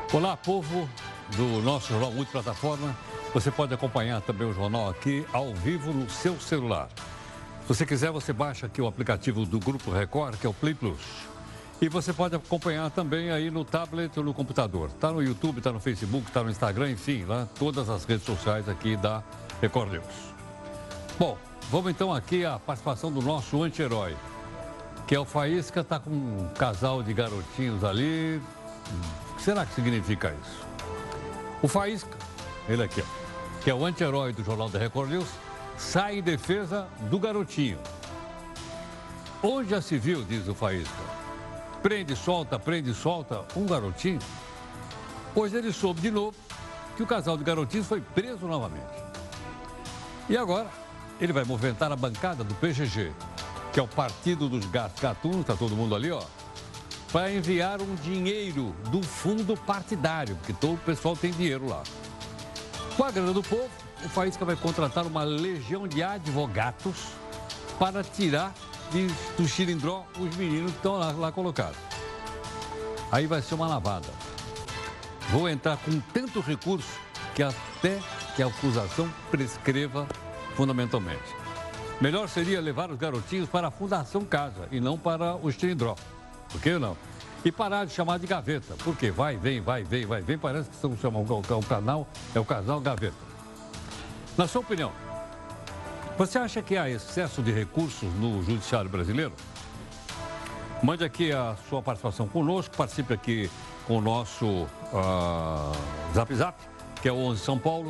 Olá, povo do nosso Jornal Multiplataforma. Você pode acompanhar também o jornal aqui ao vivo no seu celular. Se você quiser, você baixa aqui o aplicativo do Grupo Record, que é o Play Plus. E você pode acompanhar também aí no tablet ou no computador. Está no YouTube, está no Facebook, está no Instagram, enfim, lá todas as redes sociais aqui da Record News. Bom, vamos então aqui à participação do nosso anti-herói, que é o Faísca, está com um casal de garotinhos ali. O que será que significa isso? O Faísca, ele aqui, ó, que é o anti-herói do Jornal da Record News, sai em defesa do garotinho. Onde já se viu, diz o Faísca, prende e solta um garotinho? Pois ele soube de novo que o casal de garotinhos foi preso novamente. E agora ele vai movimentar a bancada do PGG, que é o Partido dos Gatunos, está todo mundo ali, ó, para enviar um dinheiro do fundo partidário, porque todo o pessoal tem dinheiro lá. Com a grana do povo, o Faísca vai contratar uma legião de advogados para tirar do xilindró os meninos que estão lá colocados. Aí vai ser uma lavada. Vou entrar com tanto recurso que até que a acusação prescreva fundamentalmente. Melhor seria levar os garotinhos para a Fundação Casa e não para o xilindró. Por que não? E parar de chamar de gaveta. Porque vai, vem, parece que estão chamando o casal gaveta. Na sua opinião, você acha que há excesso de recursos no judiciário brasileiro? Mande aqui a sua participação conosco, participe aqui com o nosso Zap Zap, que é o 11 São Paulo,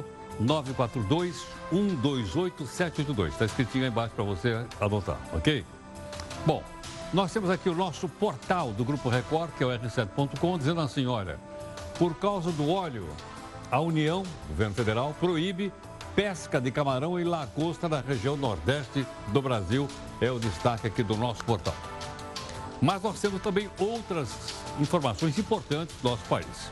942-128-782. Está escritinho aí embaixo para você anotar, ok? Bom, nós temos aqui o nosso portal do Grupo Record, que é o r7.com, dizendo assim, olha, por causa do óleo, a União, governo federal, proíbe pesca de camarão e lagosta na região nordeste do Brasil. É o destaque aqui do nosso portal. Mas nós temos também outras informações importantes do nosso país.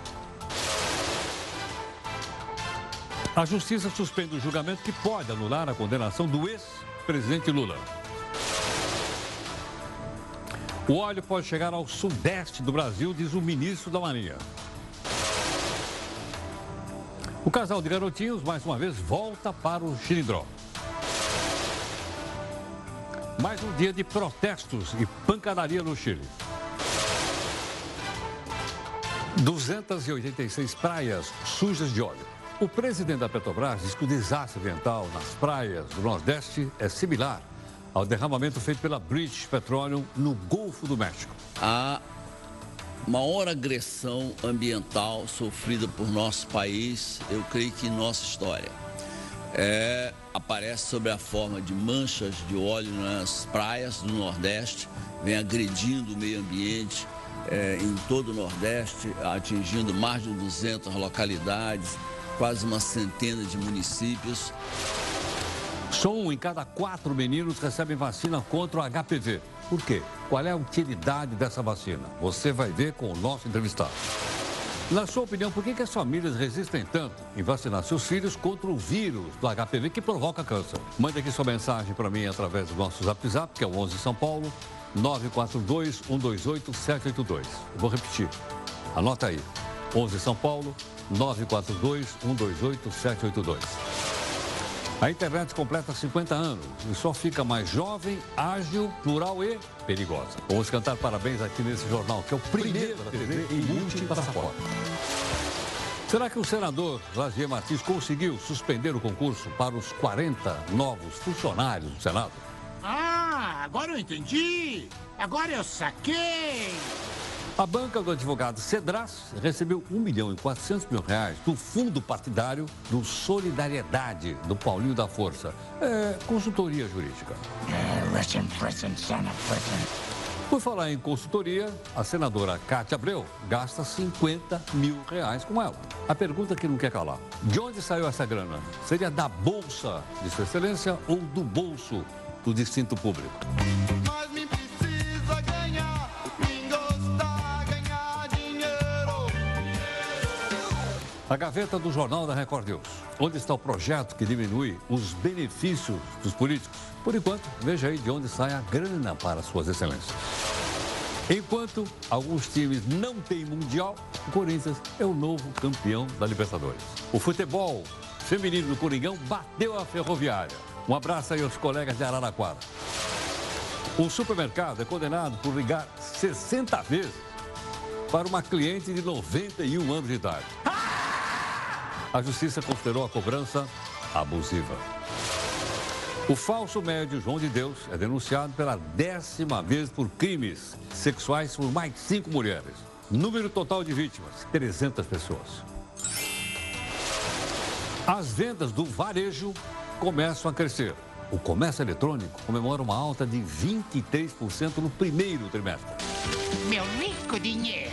A Justiça suspende o julgamento que pode anular a condenação do ex-presidente Lula. O óleo pode chegar ao sudeste do Brasil, diz o ministro da Marinha. O casal de garotinhos, mais uma vez, volta para o xilindró. Mais um dia de protestos e pancadaria no Chile. 286 praias sujas de óleo. O presidente da Petrobras diz que o desastre ambiental nas praias do Nordeste é similar ao derramamento feito pela British Petroleum no Golfo do México. A maior agressão ambiental sofrida por nosso país, eu creio que em nossa história, aparece sob a forma de manchas de óleo nas praias do Nordeste, vem agredindo o meio ambiente em todo o Nordeste, atingindo mais de 200 localidades, quase uma centena de municípios. Só 1 em cada 4 meninos recebem vacina contra o HPV. Por quê? Qual é a utilidade dessa vacina? Você vai ver com o nosso entrevistado. Na sua opinião, por que as famílias resistem tanto em vacinar seus filhos contra o vírus do HPV que provoca câncer? Mande aqui sua mensagem para mim através do nosso Zap Zap, que é o 11 São Paulo, 942-128-782. Eu vou repetir. Anota aí. 11 São Paulo, 942-128-782. A internet completa 50 anos e só fica mais jovem, ágil, plural e perigosa. Vamos cantar parabéns aqui nesse jornal, que é o primeiro da TV em multipassaporte. Será que o senador Lazier Martins conseguiu suspender o concurso para os 40 novos funcionários do Senado? Ah, agora eu entendi! Agora eu saquei! A banca do advogado Cedras recebeu R$ 1.400.000 do fundo partidário do Solidariedade, do Paulinho da Força. Consultoria jurídica. Por falar em consultoria, a senadora Cátia Abreu gasta R$ 50.000 com ela. A pergunta que não quer calar: de onde saiu essa grana? Seria da Bolsa de Sua Excelência ou do bolso do distinto público? A gaveta do Jornal da Record News. Onde está o projeto que diminui os benefícios dos políticos? Por enquanto, veja aí de onde sai a grana para Suas Excelências. Enquanto alguns times não têm Mundial, o Corinthians é o novo campeão da Libertadores. O futebol feminino do Coringão bateu a Ferroviária. Um abraço aí aos colegas de Araraquara. O supermercado é condenado por ligar 60 vezes para uma cliente de 91 anos de idade. A justiça considerou a cobrança abusiva. O falso médio João de Deus é denunciado pela 10ª vez por crimes sexuais por mais 5 mulheres. Número total de vítimas, 300 pessoas. As vendas do varejo começam a crescer. O comércio eletrônico comemora uma alta de 23% no primeiro trimestre. Meu rico dinheiro.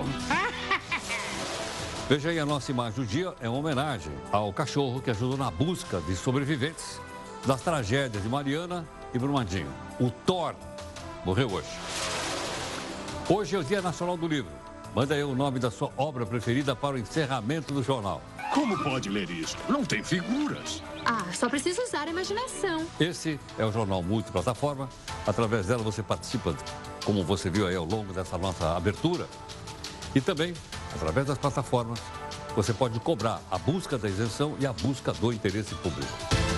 Veja aí a nossa imagem do dia, é uma homenagem ao cachorro que ajudou na busca de sobreviventes das tragédias de Mariana e Brumadinho. O Thor morreu hoje. Hoje é o Dia Nacional do Livro. Manda aí o nome da sua obra preferida para o encerramento do jornal. Como pode ler isso? Não tem figuras. Só precisa usar a imaginação. Esse é o jornal multiplataforma. Através dela você participa, como você viu aí ao longo dessa nossa abertura. E também, através das plataformas, você pode cobrar a busca da isenção e a busca do interesse público.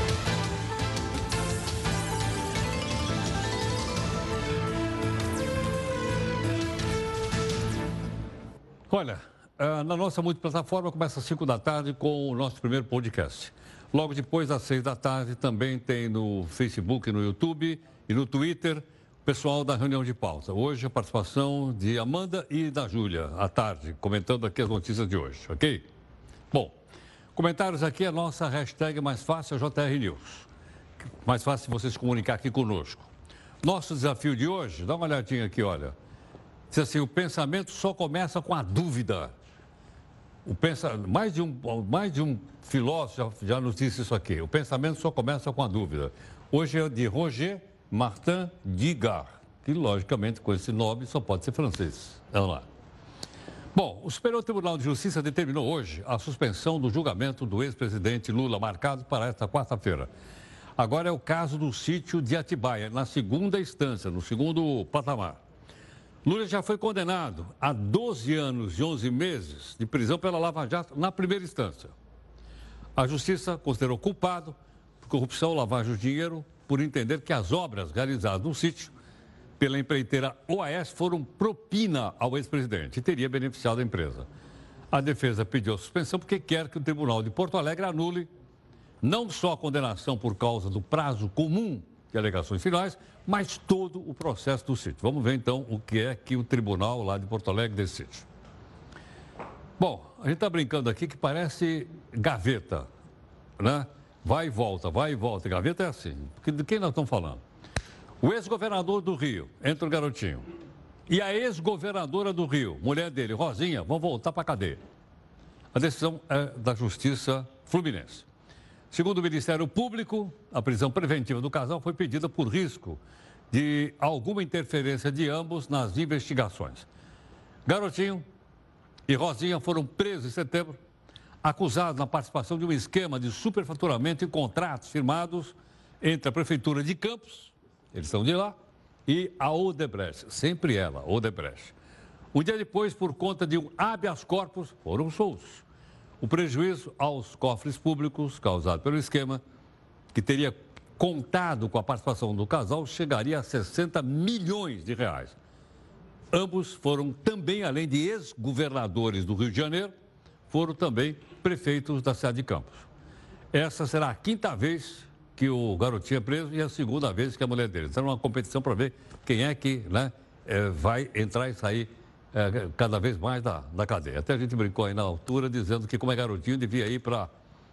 Olha, na nossa multiplataforma começa às 5 da tarde com o nosso primeiro podcast. Logo depois, às 6 da tarde, também tem no Facebook, no YouTube e no Twitter o pessoal da reunião de pauta. Hoje a participação de Amanda e da Júlia, à tarde, comentando aqui as notícias de hoje, ok? Bom, comentários aqui, a nossa hashtag mais fácil é JR News. Mais fácil de você se comunicar aqui conosco. Nosso desafio de hoje, dá uma olhadinha aqui, olha. Diz assim, o pensamento só começa com a dúvida. Mais de um filósofo já nos disse isso aqui. O pensamento só começa com a dúvida. Hoje é de Roger Martin Digard, que logicamente com esse nome só pode ser francês. Vamos lá. Bom, o Superior Tribunal de Justiça determinou hoje a suspensão do julgamento do ex-presidente Lula, marcado para esta quarta-feira. Agora é o caso do sítio de Atibaia, na segunda instância, no segundo patamar. Lula já foi condenado a 12 anos e 11 meses de prisão pela Lava Jato na primeira instância. A Justiça considerou culpado por corrupção, lavagem de dinheiro, por entender que as obras realizadas no sítio pela empreiteira OAS foram propina ao ex-presidente e teria beneficiado a empresa. A defesa pediu a suspensão porque quer que o Tribunal de Porto Alegre anule não só a condenação por causa do prazo comum de alegações finais, mas todo o processo do sítio. Vamos ver, então, o que é que o tribunal lá de Porto Alegre decide. Bom, a gente está brincando aqui que parece gaveta, né? Vai e volta, vai e volta. Gaveta é assim. De quem nós estamos falando? O ex-governador do Rio, entra o garotinho. E a ex-governadora do Rio, mulher dele, Rosinha, vão voltar para a cadeia. A decisão é da Justiça Fluminense. Segundo o Ministério Público, a prisão preventiva do casal foi pedida por risco de alguma interferência de ambos nas investigações. Garotinho e Rosinha foram presos em setembro, acusados na participação de um esquema de superfaturamento em contratos firmados entre a Prefeitura de Campos, eles são de lá, e a Odebrecht, sempre ela, Odebrecht. Um dia depois, por conta de um habeas corpus, foram soltos. O prejuízo aos cofres públicos causado pelo esquema, que teria contado com a participação do casal, chegaria a 60 milhões de reais. Ambos foram também, além de ex-governadores do Rio de Janeiro, foram também prefeitos da cidade de Campos. Essa será a 5ª vez que o garotinho é preso e a 2ª vez que a mulher dele. Será uma competição para ver quem é que vai entrar e sair cada vez mais da cadeia. Até a gente brincou aí na altura dizendo que, como é garotinho, deveria ir para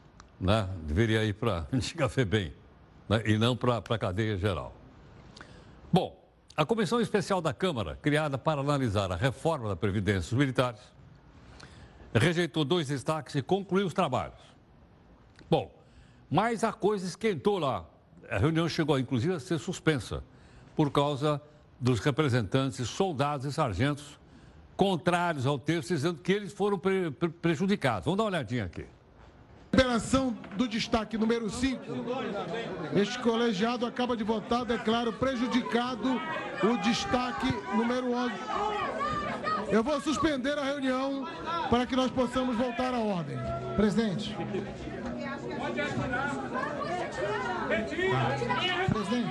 Antiga Febem, né? E não para a cadeia geral. Bom, a Comissão Especial da Câmara, criada para analisar a reforma da Previdência dos militares, rejeitou 2 destaques e concluiu os trabalhos. Bom, mas a coisa esquentou lá. A reunião chegou, inclusive, a ser suspensa por causa dos representantes, soldados e sargentos contrários ao texto, dizendo que eles foram prejudicados. Vamos dar uma olhadinha aqui. Liberação do destaque número 5. Este colegiado acaba de votar, declaro prejudicado o destaque número 11. Eu vou suspender a reunião para que nós possamos voltar à ordem. Presidente. Presidente.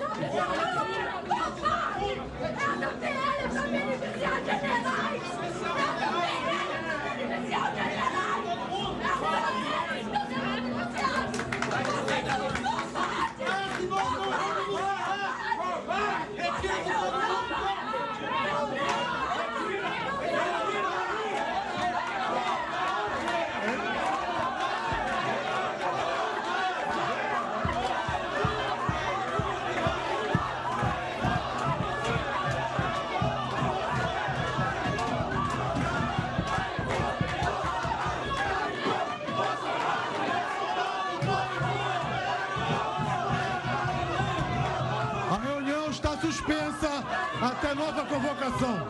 Suspensa até nova convocação.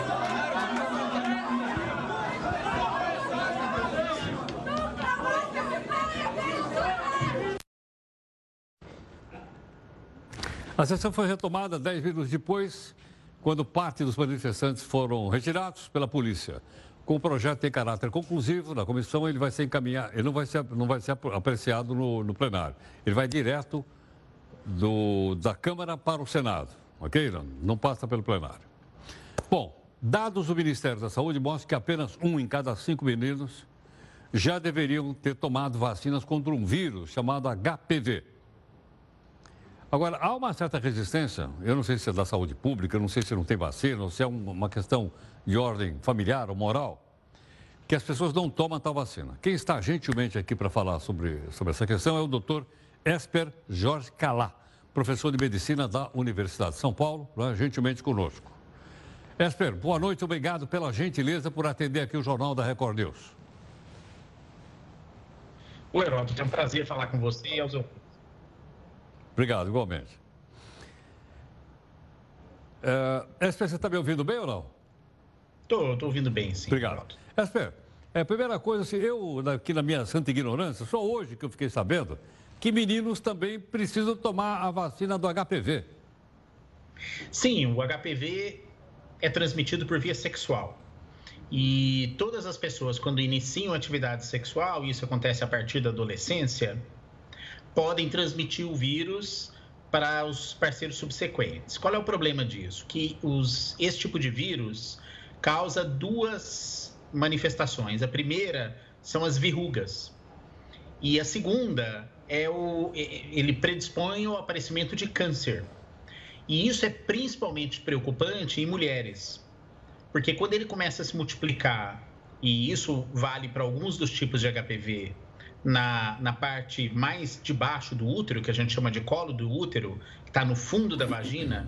A sessão foi retomada 10 minutos depois, quando parte dos manifestantes foram retirados pela polícia. Com o projeto em caráter conclusivo, na comissão ele vai ser encaminhado, ele não vai ser apreciado no plenário. Ele vai direto da Câmara para o Senado. Ok? Não passa pelo plenário. Bom, dados do Ministério da Saúde mostram que apenas 1 em cada 5 meninos já deveriam ter tomado vacinas contra um vírus chamado HPV. Agora, há uma certa resistência, eu não sei se é da saúde pública, eu não sei se não tem vacina, ou se é uma questão de ordem familiar ou moral, que as pessoas não tomam tal vacina. Quem está gentilmente aqui para falar sobre essa questão é o doutor Esper Jorge Calá, professor de medicina da Universidade de São Paulo, gentilmente conosco. Esper, boa noite, obrigado pela gentileza por atender aqui o Jornal da Record News. Oi, Heródoto, é um prazer falar com você e aos ouvintes. Obrigado, igualmente. Esper, você está me ouvindo bem ou não? Estou ouvindo bem, sim. Obrigado. Esper, primeira coisa, assim, eu, aqui na minha santa ignorância, só hoje que eu fiquei sabendo que meninos também precisam tomar a vacina do HPV. Sim, o HPV é transmitido por via sexual. E todas as pessoas, quando iniciam atividade sexual, e isso acontece a partir da adolescência, podem transmitir o vírus para os parceiros subsequentes. Qual é o problema disso? Que esse tipo de vírus causa 2 manifestações. A primeira são as verrugas. E a segunda ele predispõe ao aparecimento de câncer. E isso é principalmente preocupante em mulheres, porque quando ele começa a se multiplicar, e isso vale para alguns dos tipos de HPV, na parte mais de baixo do útero, que a gente chama de colo do útero, que está no fundo da vagina,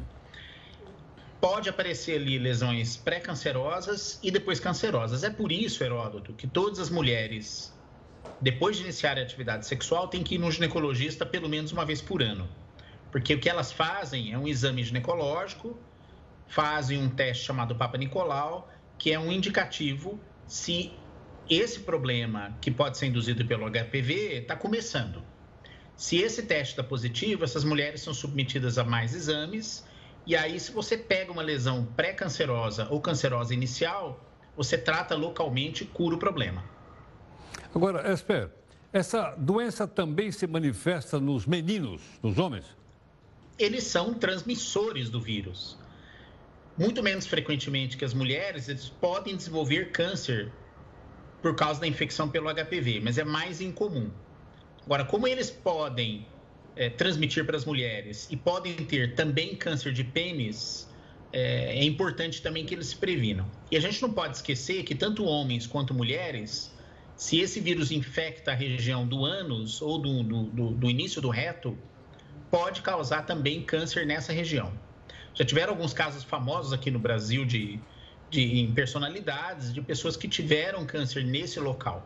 pode aparecer ali lesões pré-cancerosas e depois cancerosas. É por isso, Heródoto, que todas as mulheres, depois de iniciar a atividade sexual, tem que ir no ginecologista pelo menos uma vez por ano. Porque o que elas fazem é um exame ginecológico, fazem um teste chamado Papa Nicolau, que é um indicativo se esse problema, que pode ser induzido pelo HPV, está começando. Se esse teste está positivo, essas mulheres são submetidas a mais exames, e aí se você pega uma lesão pré-cancerosa ou cancerosa inicial, você trata localmente e cura o problema. Agora, Esper, essa doença também se manifesta nos meninos, nos homens? Eles são transmissores do vírus. Muito menos frequentemente que as mulheres, eles podem desenvolver câncer por causa da infecção pelo HPV, mas é mais incomum. Agora, como eles podem transmitir para as mulheres e podem ter também câncer de pênis, é importante também que eles se previnam. E a gente não pode esquecer que tanto homens quanto mulheres, se esse vírus infecta a região do ânus ou do início do reto, pode causar também câncer nessa região. Já tiveram alguns casos famosos aqui no Brasil em personalidades, de pessoas que tiveram câncer nesse local.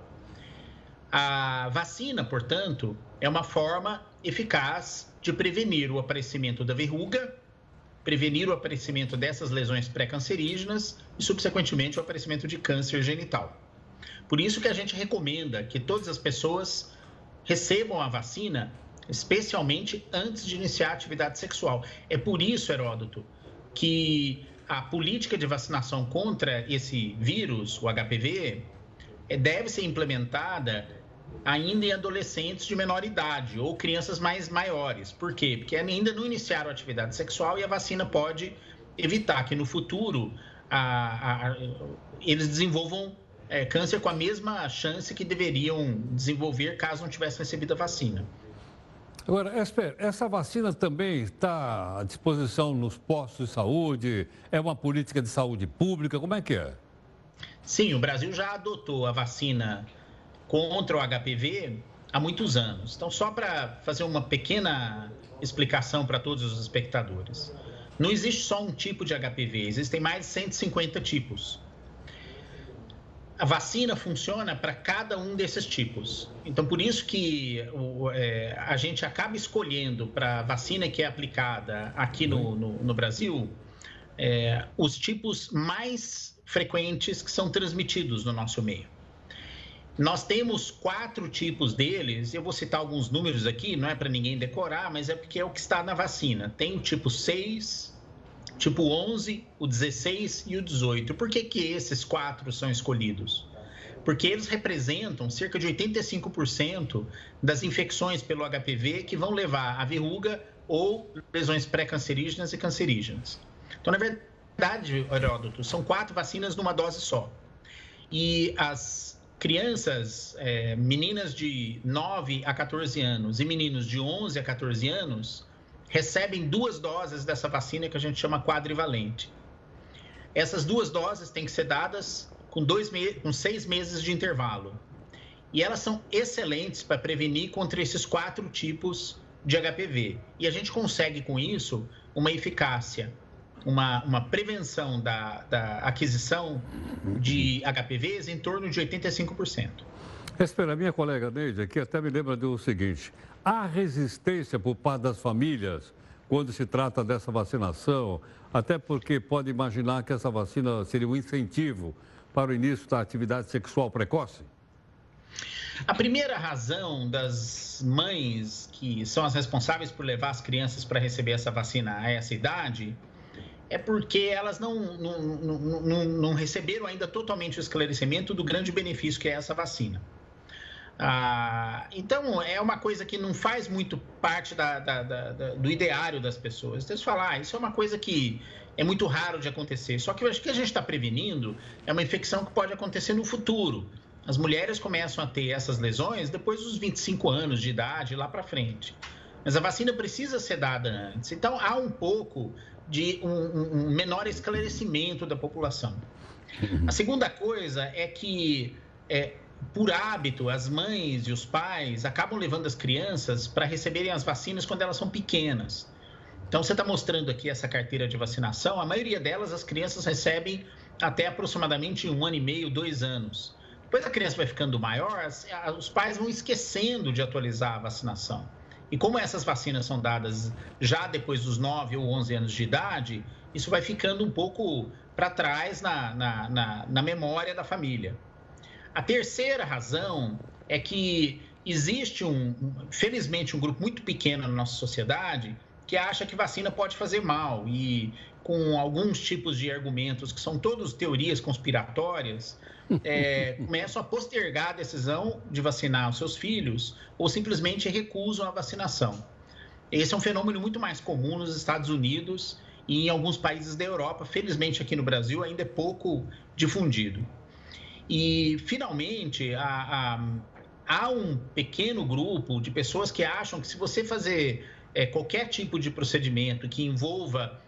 A vacina, portanto, é uma forma eficaz de prevenir o aparecimento da verruga, prevenir o aparecimento dessas lesões pré-cancerígenas e, subsequentemente, o aparecimento de câncer genital. Por isso que a gente recomenda que todas as pessoas recebam a vacina, especialmente antes de iniciar a atividade sexual. É por isso, Heródoto, que a política de vacinação contra esse vírus, o HPV, deve ser implementada ainda em adolescentes de menor idade ou crianças mais maiores. Por quê? Porque ainda não iniciaram a atividade sexual e a vacina pode evitar que no futuro eles desenvolvam câncer com a mesma chance que deveriam desenvolver caso não tivessem recebido a vacina. Agora, Esper, essa vacina também está à disposição nos postos de saúde? É uma política de saúde pública? Como é que é? Sim, o Brasil já adotou a vacina contra o HPV há muitos anos. Então, só para fazer uma pequena explicação para todos os espectadores. Não existe só um tipo de HPV, existem mais de 150 tipos. A vacina funciona para cada um desses tipos. Então, por isso que a gente acaba escolhendo para a vacina que é aplicada aqui no Brasil, os tipos mais frequentes que são transmitidos no nosso meio. Nós temos 4 tipos deles, eu vou citar alguns números aqui, não é para ninguém decorar, mas é porque é o que está na vacina. Tem o tipo 6, tipo 11, o 16 e o 18. Por que esses 4 são escolhidos? Porque eles representam cerca de 85% das infecções pelo HPV que vão levar a verruga ou lesões pré-cancerígenas e cancerígenas. Então, na verdade, Heródoto, são 4 vacinas numa dose só. E as crianças, meninas de 9 a 14 anos e meninos de 11 a 14 anos, recebem 2 doses dessa vacina que a gente chama quadrivalente. Essas 2 doses têm que ser dadas com 6 meses de intervalo. E elas são excelentes para prevenir contra esses 4 tipos de HPV. E a gente consegue, com isso, uma eficácia, uma prevenção da aquisição de HPVs em torno de 85%. Espera, a minha colega Neide aqui até me lembra do seguinte: há resistência por parte das famílias quando se trata dessa vacinação, até porque pode imaginar que essa vacina seria um incentivo para o início da atividade sexual precoce? A primeira razão das mães que são as responsáveis por levar as crianças para receber essa vacina a essa idade é porque elas não receberam ainda totalmente o esclarecimento do grande benefício que é essa vacina. Então, é uma coisa que não faz muito parte do ideário das pessoas. Então, eles falam, isso é uma coisa que é muito raro de acontecer. Só que eu acho que a gente está prevenindo é uma infecção que pode acontecer no futuro. As mulheres começam a ter essas lesões depois dos 25 anos de idade, lá para frente. Mas a vacina precisa ser dada antes. Então, há um pouco de um menor esclarecimento da população. A segunda coisa é que, por hábito, as mães e os pais acabam levando as crianças para receberem as vacinas quando elas são pequenas. Então, você está mostrando aqui essa carteira de vacinação, a maioria delas, as crianças recebem até aproximadamente 1 ano e meio, 2 anos. Depois a criança vai ficando maior, os pais vão esquecendo de atualizar a vacinação. E como essas vacinas são dadas já depois dos 9 ou 11 anos de idade, isso vai ficando um pouco para trás na memória da família. A terceira razão é que existe, felizmente, um grupo muito pequeno na nossa sociedade que acha que vacina pode fazer mal e com alguns tipos de argumentos que são todos teorias conspiratórias, começam a postergar a decisão de vacinar os seus filhos ou simplesmente recusam a vacinação. Esse é um fenômeno muito mais comum nos Estados Unidos e em alguns países da Europa. Felizmente, aqui no Brasil, ainda é pouco difundido. E, finalmente, há um pequeno grupo de pessoas que acham que se você fazer qualquer tipo de procedimento que envolva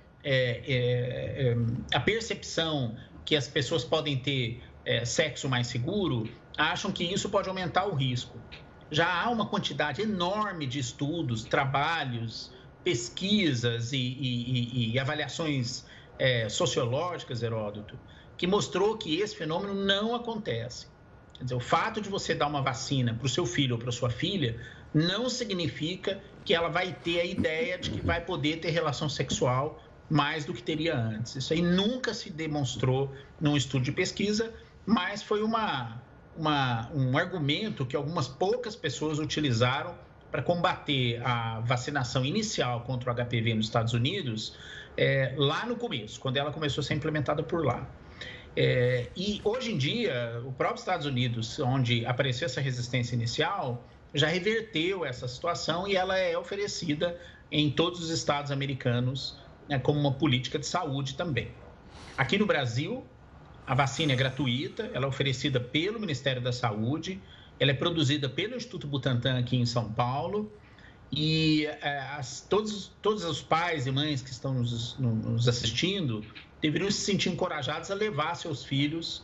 a percepção que as pessoas podem ter sexo mais seguro, acham que isso pode aumentar o risco. Já há uma quantidade enorme de estudos, trabalhos, pesquisas e avaliações sociológicas, Heródoto, que mostrou que esse fenômeno não acontece. Quer dizer, o fato de você dar uma vacina para o seu filho ou para a sua filha não significa que ela vai ter a ideia de que vai poder ter relação sexual mais do que teria antes. Isso aí nunca se demonstrou num estudo de pesquisa, mas foi uma um argumento que algumas poucas pessoas utilizaram para combater a vacinação inicial contra o HPV nos Estados Unidos lá no começo, quando ela começou a ser implementada por lá. E hoje em dia, o próprio Estados Unidos, onde apareceu essa resistência inicial, já reverteu essa situação e ela é oferecida em todos os estados americanos, né, como uma política de saúde também. Aqui no Brasil, a vacina é gratuita, ela é oferecida pelo Ministério da Saúde, ela é produzida pelo Instituto Butantan aqui em São Paulo e todos os pais e mães que estão nos assistindo deveriam se sentir encorajados a levar seus filhos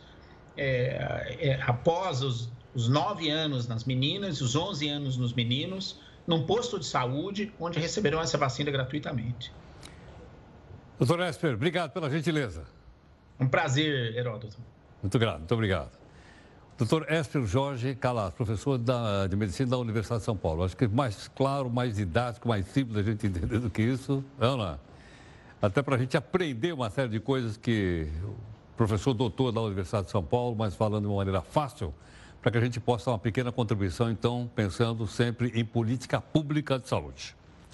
após os 9 anos nas meninas e os 11 anos nos meninos, num posto de saúde, onde receberão essa vacina gratuitamente. Doutor Esper, obrigado pela gentileza. Um prazer, Heródoto. Muito grato, muito obrigado. Doutor Esper Jorge Calas, professor de Medicina da Universidade de São Paulo. Acho que mais claro, mais didático, mais simples a gente entender do que isso, não é? Até para a gente aprender uma série de coisas que o professor doutor da Universidade de São Paulo, mas falando de uma maneira fácil, para que a gente possa dar uma pequena contribuição, então, pensando sempre em política pública de saúde.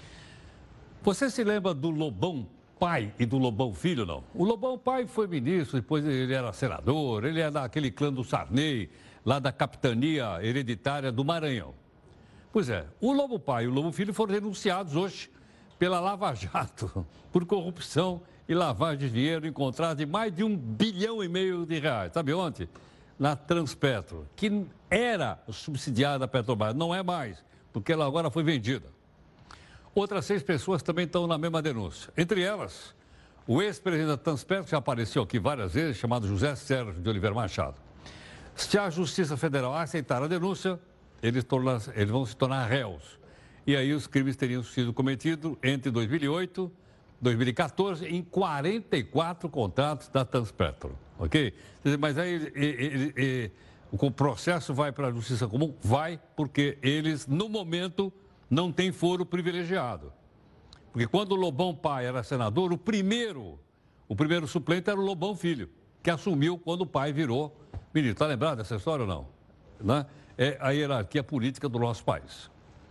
Você se lembra do Lobão pai e do Lobão filho, não? O Lobão pai foi ministro, depois ele era senador, ele é daquele clã do Sarney, lá da capitania hereditária do Maranhão. Pois é, o Lobo pai e o Lobo filho foram denunciados hoje pela Lava Jato, por corrupção e lavagem de dinheiro encontrado de mais de R$1,5 bilhão. Sabe onde? Na Transpetro, que era subsidiada da Petrobras, não é mais, porque ela agora foi vendida. Outras 6 pessoas também estão na mesma denúncia. Entre elas, o ex-presidente da Transpetro, que já apareceu aqui várias vezes, chamado José Sérgio de Oliveira Machado. Se a Justiça Federal aceitar a denúncia, eles vão se tornar réus. E aí os crimes teriam sido cometidos entre 2008 e 2014 em 44 contratos da Transpetro, ok? Mas aí o processo vai para a Justiça Comum? Vai, porque eles, no momento, não têm foro privilegiado. Porque quando o Lobão pai era senador, o primeiro suplente era o Lobão filho, que assumiu quando o pai virou ministro. Está lembrado dessa história ou não? Né? É a hierarquia política do nosso país.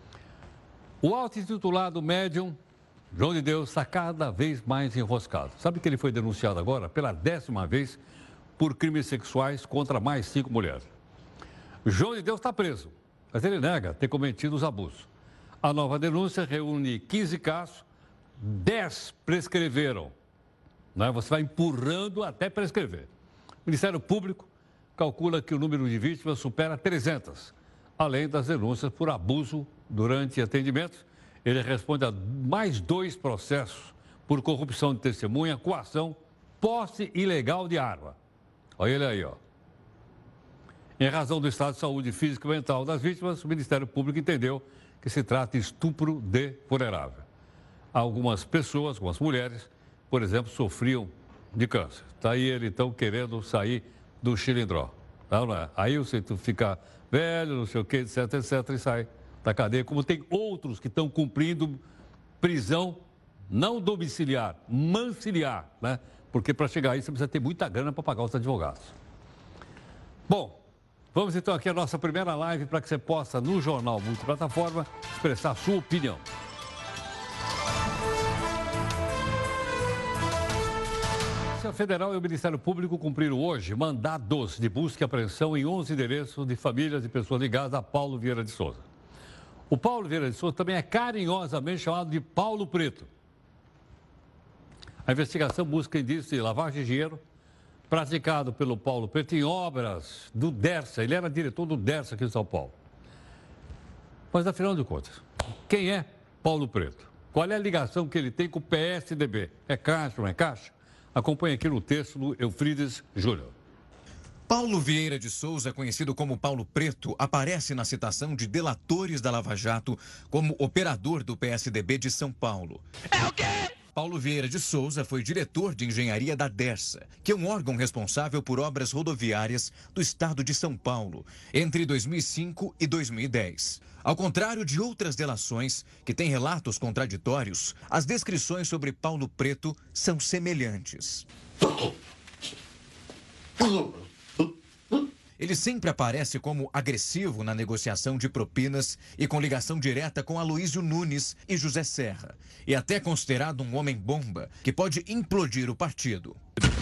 O auto-intitulado médium João de Deus está cada vez mais enroscado. Sabe que ele foi denunciado agora pela 10ª vez por crimes sexuais contra mais 5 mulheres. João de Deus está preso, mas ele nega ter cometido os abusos. A nova denúncia reúne 15 casos, 10 prescreveram. Né? Você vai empurrando até prescrever. O Ministério Público calcula que o número de vítimas supera 300, além das denúncias por abuso durante atendimentos. Ele responde a mais 2 processos por corrupção de testemunha, coação, posse ilegal de arma. Olha ele aí, ó. Em razão do estado de saúde física e mental das vítimas, o Ministério Público entendeu que se trata de estupro de vulnerável. Algumas pessoas, algumas mulheres, por exemplo, sofriam de câncer. Está aí ele, então, querendo sair do xilindró. Não é? Aí você fica velho, não sei o quê, etc, etc, e sai da cadeia. Como tem outros que estão cumprindo prisão não domiciliar, manciliar, né? Porque para chegar aí você precisa ter muita grana para pagar os advogados. Bom, vamos então aqui à nossa primeira live para que você possa, no Jornal Multiplataforma, expressar a sua opinião. A Polícia Federal e o Ministério Público cumpriram hoje mandados de busca e apreensão em 11 endereços de famílias e pessoas ligadas a Paulo Vieira de Souza. O Paulo Vieira de Souza também é carinhosamente chamado de Paulo Preto. A investigação busca indícios de lavagem de dinheiro praticado pelo Paulo Preto em obras do Dersa. Ele era diretor do Dersa aqui em São Paulo. Mas, afinal de contas, quem é Paulo Preto? Qual é a ligação que ele tem com o PSDB? É caixa ou não é caixa? Acompanhe aqui no texto do Eufrides Júnior. Paulo Vieira de Souza, conhecido como Paulo Preto, aparece na citação de delatores da Lava Jato como operador do PSDB de São Paulo. É o quê? Paulo Vieira de Souza foi diretor de engenharia da Dersa, que é um órgão responsável por obras rodoviárias do estado de São Paulo, entre 2005 e 2010. Ao contrário de outras delações, que têm relatos contraditórios, as descrições sobre Paulo Preto são semelhantes. Ele sempre aparece como agressivo na negociação de propinas e com ligação direta com Aloísio Nunes e José Serra. E até considerado um homem-bomba que pode implodir o partido.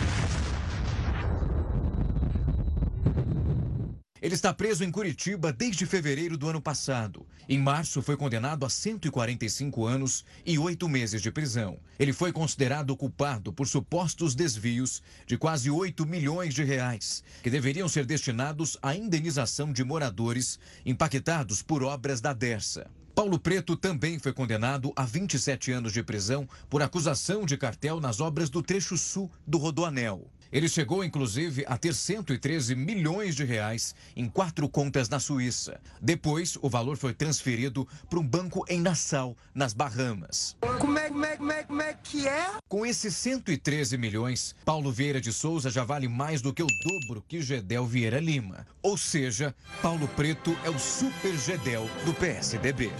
Ele está preso em Curitiba desde fevereiro do ano passado. Em março, foi condenado a 145 anos e 8 meses de prisão. Ele foi considerado culpado por supostos desvios de quase 8 milhões de reais, que deveriam ser destinados à indenização de moradores impactados por obras da Dersa. Paulo Preto também foi condenado a 27 anos de prisão por acusação de cartel nas obras do trecho sul do Rodoanel. Ele chegou, inclusive, a ter 113 milhões de reais em 4 contas na Suíça. Depois, o valor foi transferido para um banco em Nassau, nas Bahamas. Como é que é? Com esses 113 milhões, Paulo Vieira de Souza já vale mais do que o dobro que Gedel Vieira Lima. Ou seja, Paulo Preto é o super Gedel do PSDB.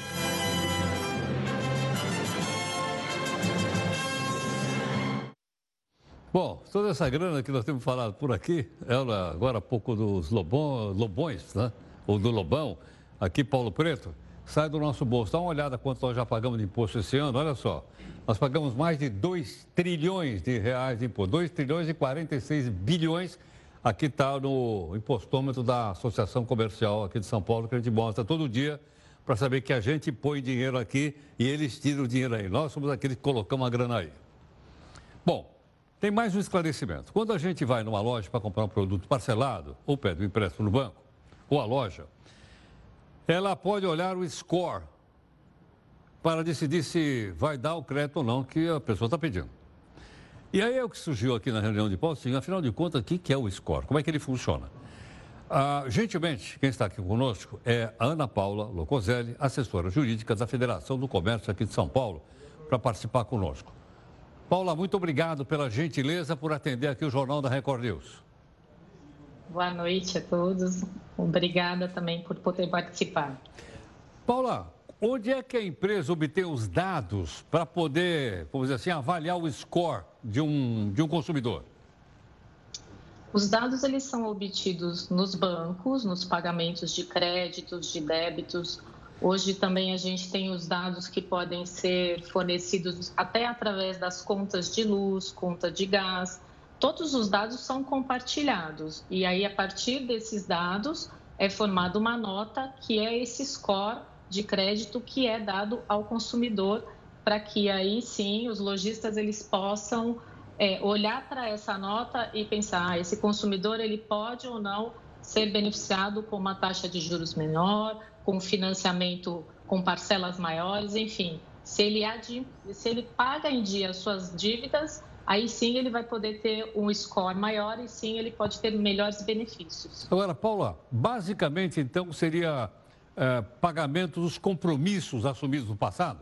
Bom, toda essa grana que nós temos falado por aqui, ela agora há pouco dos Lobões, né? Ou do Lobão, aqui Paulo Preto, sai do nosso bolso. Dá uma olhada quanto nós já pagamos de imposto esse ano, olha só. Nós pagamos mais de 2 trilhões de reais de imposto, 2 trilhões e 46 bilhões. Aqui está no impostômetro da Associação Comercial aqui de São Paulo, que a gente mostra todo dia para saber que a gente põe dinheiro aqui e eles tiram o dinheiro aí. Nós somos aqueles que colocamos a grana aí. Bom, tem mais um esclarecimento. Quando a gente vai numa loja para comprar um produto parcelado, ou pede um empréstimo no banco, ou a loja, ela pode olhar o score para decidir se vai dar o crédito ou não que a pessoa está pedindo. E aí é o que surgiu aqui na reunião de pauta, assim, afinal de contas, o que é o score? Como é que ele funciona? Gentilmente, quem está aqui conosco é a Ana Paula Locoselli, assessora jurídica da Federação do Comércio aqui de São Paulo, para participar conosco. Paula, muito obrigado pela gentileza por atender aqui o Jornal da Record News. Boa noite a todos. Obrigada também por poder participar. Paula, onde é que a empresa obtém os dados para poder, vamos dizer assim, avaliar o score de um consumidor? Os dados eles são obtidos nos bancos, nos pagamentos de créditos, de débitos. Hoje também a gente tem os dados que podem ser fornecidos até através das contas de luz, conta de gás. Todos os dados são compartilhados e aí a partir desses dados é formada uma nota que é esse score de crédito que é dado ao consumidor para que aí sim os lojistas eles possam olhar para essa nota e pensar, esse consumidor ele pode ou não ser beneficiado com uma taxa de juros menor, com financiamento com parcelas maiores, enfim. Se ele paga em dia as suas dívidas, aí sim ele vai poder ter um score maior e sim ele pode ter melhores benefícios. Agora, Paula, basicamente então seria pagamento dos compromissos assumidos no passado?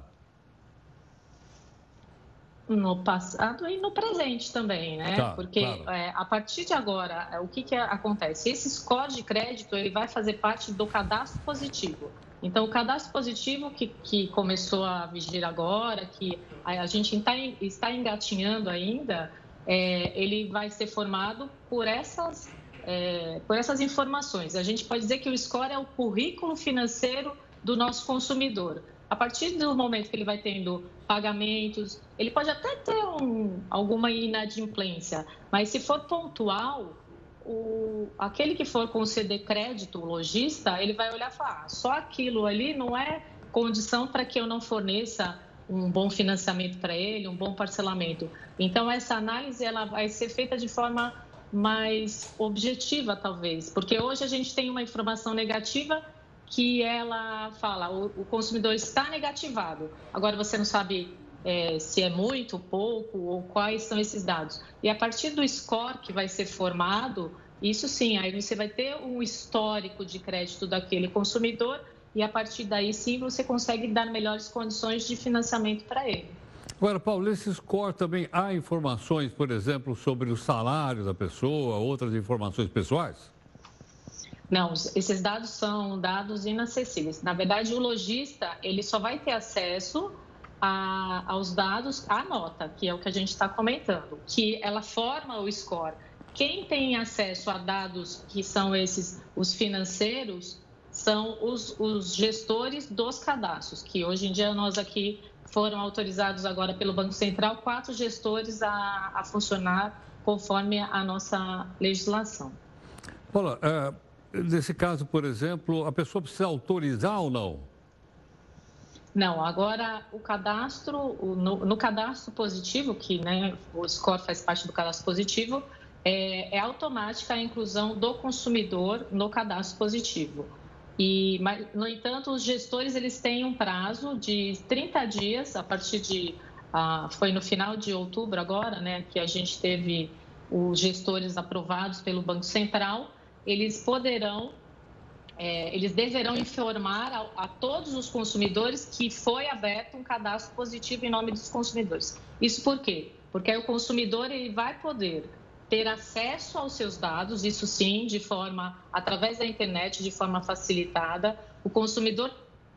No passado e no presente também, né? Tá, porque claro. A partir de agora, o que acontece? Esse score de crédito ele vai fazer parte do cadastro positivo. Então, o cadastro positivo que começou a vigir agora, que a gente está engatinhando ainda, ele vai ser formado por essas informações. A gente pode dizer que o score é o currículo financeiro do nosso consumidor. A partir do momento que ele vai tendo pagamentos, ele pode até ter alguma inadimplência, mas se for pontual, aquele que for conceder crédito, o lojista, ele vai olhar e falar, só aquilo ali não é condição para que eu não forneça um bom financiamento para ele, um bom parcelamento. Então, essa análise ela vai ser feita de forma mais objetiva, talvez, porque hoje a gente tem uma informação negativa que ela fala, o consumidor está negativado. Agora você não sabe se é muito, pouco ou quais são esses dados. E a partir do score que vai ser formado, isso sim, aí você vai ter um histórico de crédito daquele consumidor e a partir daí sim você consegue dar melhores condições de financiamento para ele. Agora, Paulo, nesse score também há informações, por exemplo, sobre o salário da pessoa, outras informações pessoais? Não, esses dados são dados inacessíveis. Na verdade, o lojista ele só vai ter acesso aos dados, à nota, que é o que a gente está comentando, que ela forma o score, quem tem acesso a dados que são os financeiros, são os gestores dos cadastros, que hoje em dia nós aqui foram autorizados agora pelo Banco Central 4 gestores a funcionar conforme a nossa legislação. Olha, nesse caso, por exemplo, a pessoa precisa autorizar ou não? Não, agora o cadastro, no cadastro positivo, que né, o SCOR faz parte do cadastro positivo, é automática a inclusão do consumidor no cadastro positivo. Mas, no entanto, os gestores eles têm um prazo de 30 dias, a partir de... foi no final de outubro agora, né, que a gente teve os gestores aprovados pelo Banco Central, eles deverão informar a todos os consumidores que foi aberto um cadastro positivo em nome dos consumidores. Isso por quê? Porque aí o consumidor ele vai poder ter acesso aos seus dados, isso sim, através da internet, de forma facilitada. O consumidor...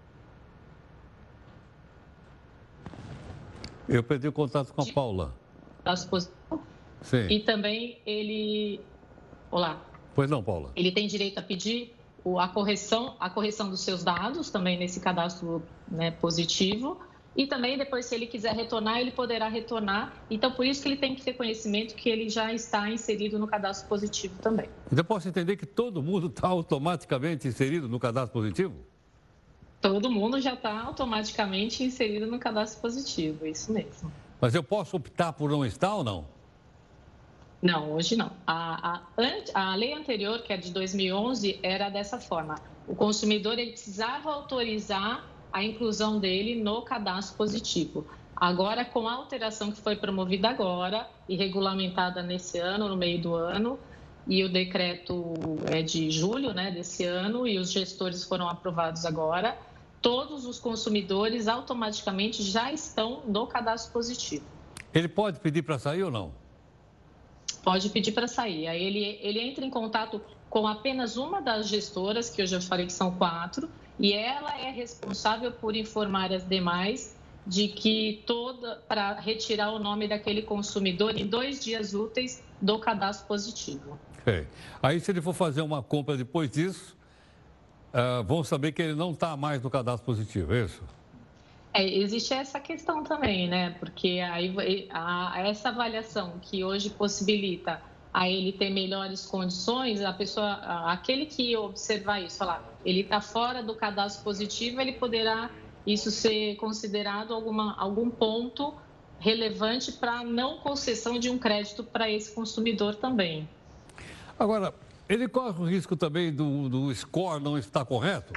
Eu perdi o contato com a Paula. Sim. E também ele... Olá. Pois não, Paula. Ele tem direito a pedir a correção dos seus dados, também nesse cadastro, né, positivo. E também, depois, se ele quiser retornar, ele poderá retornar. Então, por isso que ele tem que ter conhecimento que ele já está inserido no cadastro positivo também. Então, posso entender que todo mundo está automaticamente inserido no cadastro positivo? Todo mundo já está automaticamente inserido no cadastro positivo, isso mesmo. Mas eu posso optar por não estar ou não? Não, hoje não. A lei anterior, que é de 2011, era dessa forma. O consumidor ele precisava autorizar a inclusão dele no cadastro positivo. Agora, com a alteração que foi promovida agora e regulamentada nesse ano, no meio do ano, e o decreto é de julho, né, desse ano, e os gestores foram aprovados agora, todos os consumidores automaticamente já estão no cadastro positivo. Ele pode pedir para sair ou não? Pode pedir para sair. Aí ele entra em contato com apenas uma das gestoras, que eu já falei que são 4, e ela é responsável por informar as demais de que para retirar o nome daquele consumidor em 2 dias úteis do cadastro positivo. Okay. Aí, se ele for fazer uma compra depois disso, vão saber que ele não está mais no cadastro positivo, é isso? Existe essa questão também, né? Porque aí essa avaliação que hoje possibilita a ele ter melhores condições, aquele que observar isso, falar, ele está fora do cadastro positivo, ele poderá isso ser considerado algum ponto relevante para não concessão de um crédito para esse consumidor também. Agora, ele corre o risco também do score não estar correto?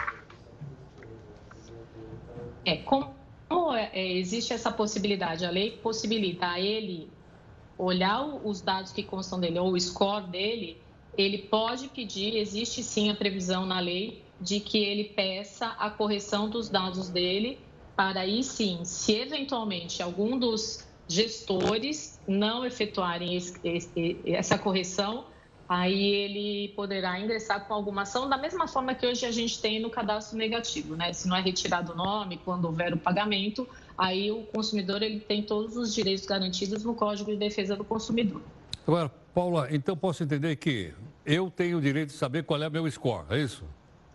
Como existe essa possibilidade, a lei possibilita a ele olhar os dados que constam dele, ou o score dele, ele pode pedir, existe sim a previsão na lei, de que ele peça a correção dos dados dele, para aí sim, se eventualmente algum dos gestores não efetuarem essa correção, aí ele poderá ingressar com alguma ação, da mesma forma que hoje a gente tem no cadastro negativo, né? Se não é retirado o nome, quando houver o pagamento, aí o consumidor ele tem todos os direitos garantidos no Código de Defesa do Consumidor. Agora, Paula, então posso entender que eu tenho o direito de saber qual é o meu score, é isso?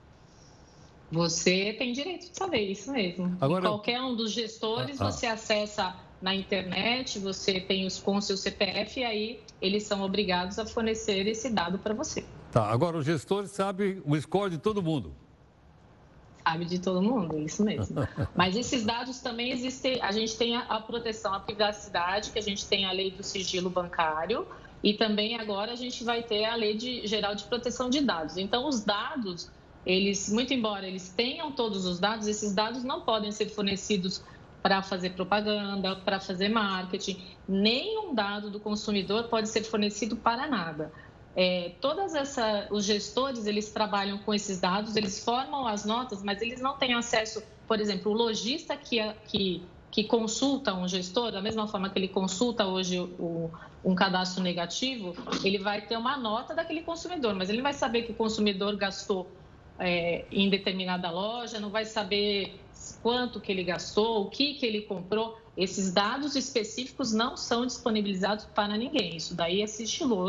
Você tem direito de saber, isso mesmo. Agora, qualquer um dos gestores, você acessa na internet, você tem com o seu CPF e aí eles são obrigados a fornecer esse dado para você. Tá, agora os gestores sabem o score de todo mundo. Sabe de todo mundo, isso mesmo. Mas esses dados também existem, a gente tem a proteção à privacidade, que a gente tem a lei do sigilo bancário e também agora a gente vai ter a lei geral de proteção de dados. Então os dados, muito embora eles tenham todos os dados, esses dados não podem ser fornecidos para fazer propaganda, para fazer marketing. Nenhum dado do consumidor pode ser fornecido para nada. Os gestores, eles trabalham com esses dados, eles formam as notas, mas eles não têm acesso, por exemplo, o lojista que consulta um gestor, da mesma forma que ele consulta hoje um cadastro negativo, ele vai ter uma nota daquele consumidor, mas ele não vai saber que o consumidor gastou em determinada loja, não vai saber quanto que ele gastou, o que ele comprou. Esses dados específicos não são disponibilizados para ninguém. Isso daí é sigiloso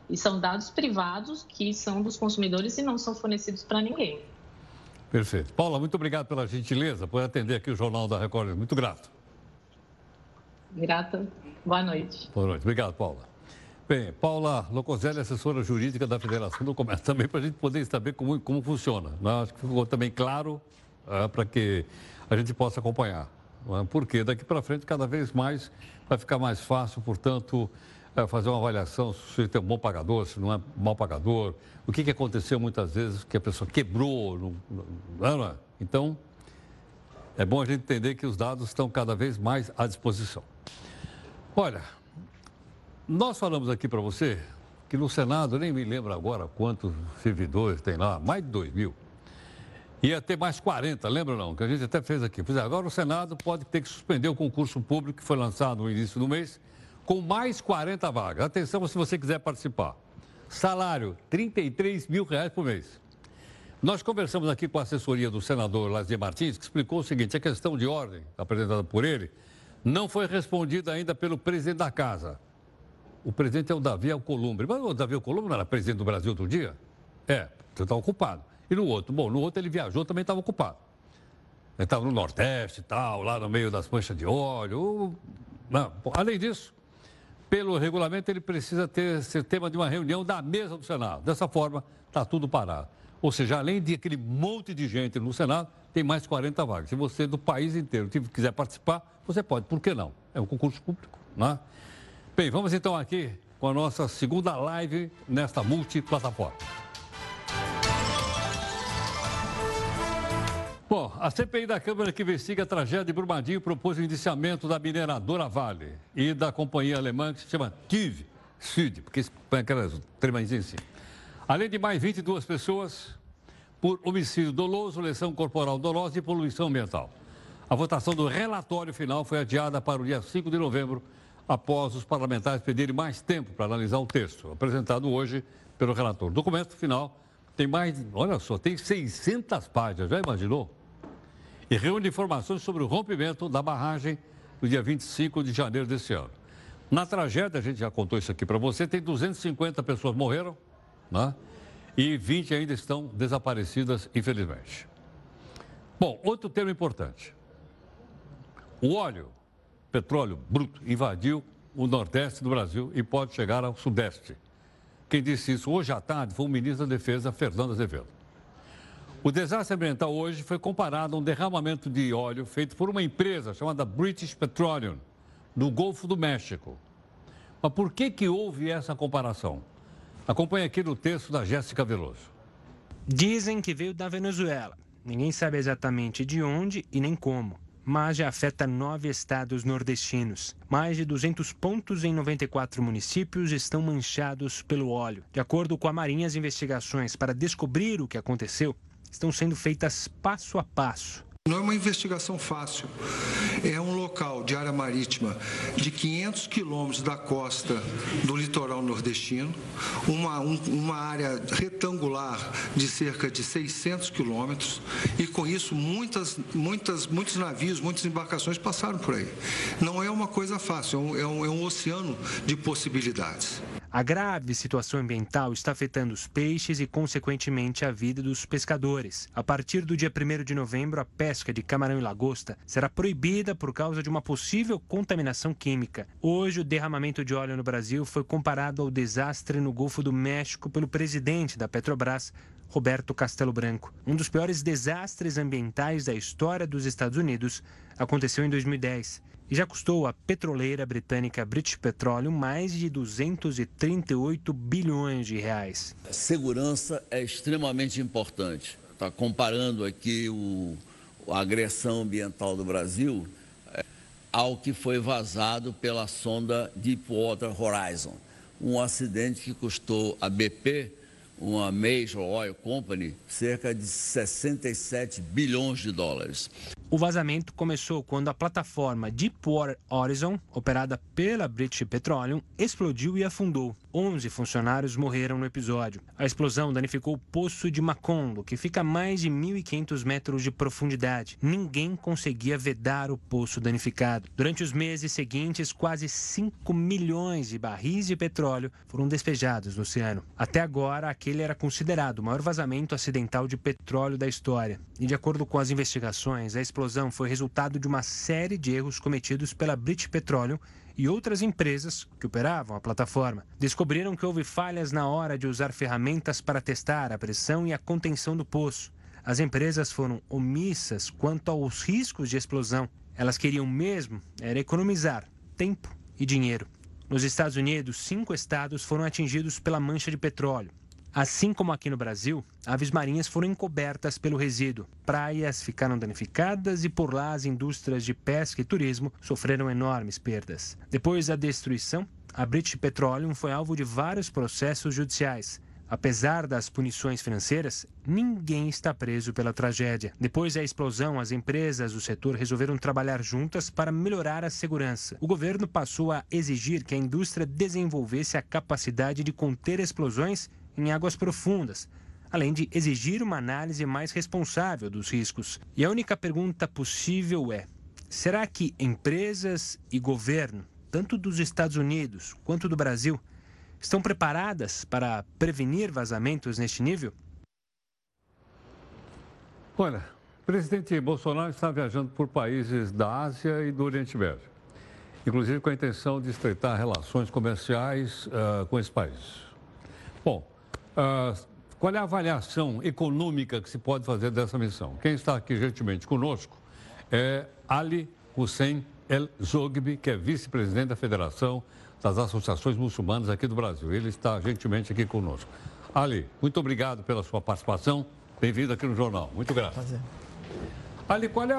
E são dados privados que são dos consumidores e não são fornecidos para ninguém. Perfeito. Paula, muito obrigado pela gentileza por atender aqui o Jornal da Record. Muito grato. Grata. Boa noite. Boa noite. Obrigado, Paula. Bem, Paula Locoselli, assessora jurídica da Federação do Comércio, também para a gente poder saber como funciona. Acho que ficou também claro para que a gente possa acompanhar. Porque daqui para frente, cada vez mais, vai ficar mais fácil, portanto, fazer uma avaliação se tem um bom pagador, se não é mau pagador, o que aconteceu muitas vezes, que a pessoa quebrou, não é? Então, é bom a gente entender que os dados estão cada vez mais à disposição. Olha, nós falamos aqui para você que no Senado, eu nem me lembro agora quantos servidores tem lá, mais de 2.000. Ia ter mais 40, lembra não? Que a gente até fez aqui. Pois é, agora o Senado pode ter que suspender o concurso público que foi lançado no início do mês, com mais 40 vagas. Atenção se você quiser participar. Salário, R$33 mil por mês. Nós conversamos aqui com a assessoria do senador Lazier Martins, que explicou o seguinte: a questão de ordem apresentada por ele não foi respondida ainda pelo presidente da casa. O presidente é o Davi Alcolumbre. Mas o Davi Alcolumbre não era presidente do Brasil outro dia? É, você está ocupado. E no outro? Bom, no outro ele viajou, também estava ocupado. Ele estava no Nordeste e tal, lá no meio das manchas de óleo. Não. Além disso, pelo regulamento, ele precisa ser tema de uma reunião da mesa do Senado. Dessa forma, está tudo parado. Ou seja, além de aquele monte de gente no Senado, tem mais 40 vagas. Se você do país inteiro quiser participar, você pode. Por que não? É um concurso público, né? Bem, vamos então aqui com a nossa segunda live nesta multiplataforma. Bom, a CPI da Câmara que investiga a tragédia de Brumadinho propôs o indiciamento da mineradora Vale e da companhia alemã que se chama TÜV Süd, porque põe aquelas tremãs em cima. Além de mais 22 pessoas por homicídio doloso, lesão corporal dolosa e poluição ambiental. A votação do relatório final foi adiada para o dia 5 de novembro, após os parlamentares pedirem mais tempo para analisar o texto, apresentado hoje pelo relator. O documento final tem mais, olha só, tem 600 páginas, já imaginou? E reúne informações sobre o rompimento da barragem no dia 25 de janeiro desse ano. Na tragédia, a gente já contou isso aqui para você, tem 250 pessoas morreram, né? E 20 ainda estão desaparecidas, infelizmente. Bom, outro tema importante. O óleo, petróleo bruto, invadiu o Nordeste do Brasil e pode chegar ao Sudeste. Quem disse isso hoje à tarde foi o ministro da Defesa, Fernando Azevedo. O desastre ambiental hoje foi comparado a um derramamento de óleo feito por uma empresa chamada British Petroleum, no Golfo do México. Mas por que houve essa comparação? Acompanhe aqui no texto da Jéssica Veloso. Dizem que veio da Venezuela. Ninguém sabe exatamente de onde e nem como, mas já afeta 9 estados nordestinos. Mais de 200 pontos em 94 municípios estão manchados pelo óleo. De acordo com a Marinha, as investigações para descobrir o que aconteceu estão sendo feitas passo a passo. Não é uma investigação fácil. É um local de área marítima de 500 quilômetros da costa do litoral nordestino, uma área retangular de cerca de 600 quilômetros, e com isso muitos navios, muitas embarcações passaram por aí. Não é uma coisa fácil, é um oceano de possibilidades. A grave situação ambiental está afetando os peixes e, consequentemente, a vida dos pescadores. A partir do dia 1º de novembro, a pesca de camarão e lagosta será proibida por causa de uma possível contaminação química. Hoje, o derramamento de óleo no Brasil foi comparado ao desastre no Golfo do México pelo presidente da Petrobras, Roberto Castelo Branco. Um dos piores desastres ambientais da história dos Estados Unidos aconteceu em 2010. E já custou à petroleira britânica British Petroleum mais de 238 bilhões de reais. A segurança é extremamente importante. Está comparando aqui a agressão ambiental do Brasil ao que foi vazado pela sonda Deepwater Horizon. Um acidente que custou a BP, uma Major Oil Company, cerca de 67 bilhões de dólares. O vazamento começou quando a plataforma Deepwater Horizon, operada pela British Petroleum, explodiu e afundou. 11 funcionários morreram no episódio. A explosão danificou o poço de Macondo, que fica a mais de 1.500 metros de profundidade. Ninguém conseguia vedar o poço danificado. Durante os meses seguintes, quase 5 milhões de barris de petróleo foram despejados no oceano. Até agora, aquele era considerado o maior vazamento acidental de petróleo da história. E de acordo com as investigações, a explosão foi resultado de uma série de erros cometidos pela British Petroleum e outras empresas que operavam a plataforma. Descobriram que houve falhas na hora de usar ferramentas para testar a pressão e a contenção do poço. As empresas foram omissas quanto aos riscos de explosão. Elas queriam mesmo era economizar tempo e dinheiro. Nos Estados Unidos, 5 estados foram atingidos pela mancha de petróleo. Assim como aqui no Brasil, aves marinhas foram encobertas pelo resíduo. Praias ficaram danificadas e por lá as indústrias de pesca e turismo sofreram enormes perdas. Depois da destruição, a British Petroleum foi alvo de vários processos judiciais. Apesar das punições financeiras, ninguém está preso pela tragédia. Depois da explosão, as empresas do setor resolveram trabalhar juntas para melhorar a segurança. O governo passou a exigir que a indústria desenvolvesse a capacidade de conter explosões em águas profundas, além de exigir uma análise mais responsável dos riscos. E a única pergunta possível é: será que empresas e governo, tanto dos Estados Unidos quanto do Brasil, estão preparadas para prevenir vazamentos neste nível? Olha, o presidente Bolsonaro está viajando por países da Ásia e do Oriente Médio, inclusive com a intenção de estreitar relações comerciais com esses países. Bom, qual é a avaliação econômica que se pode fazer dessa missão? Quem está aqui gentilmente conosco é Ali Hussein El Zogby, que é vice-presidente da Federação das Associações Muçulmanas aqui do Brasil. Ele está gentilmente aqui conosco. Ali, muito obrigado pela sua participação. Bem-vindo aqui no Jornal. Muito grato. Ali, qual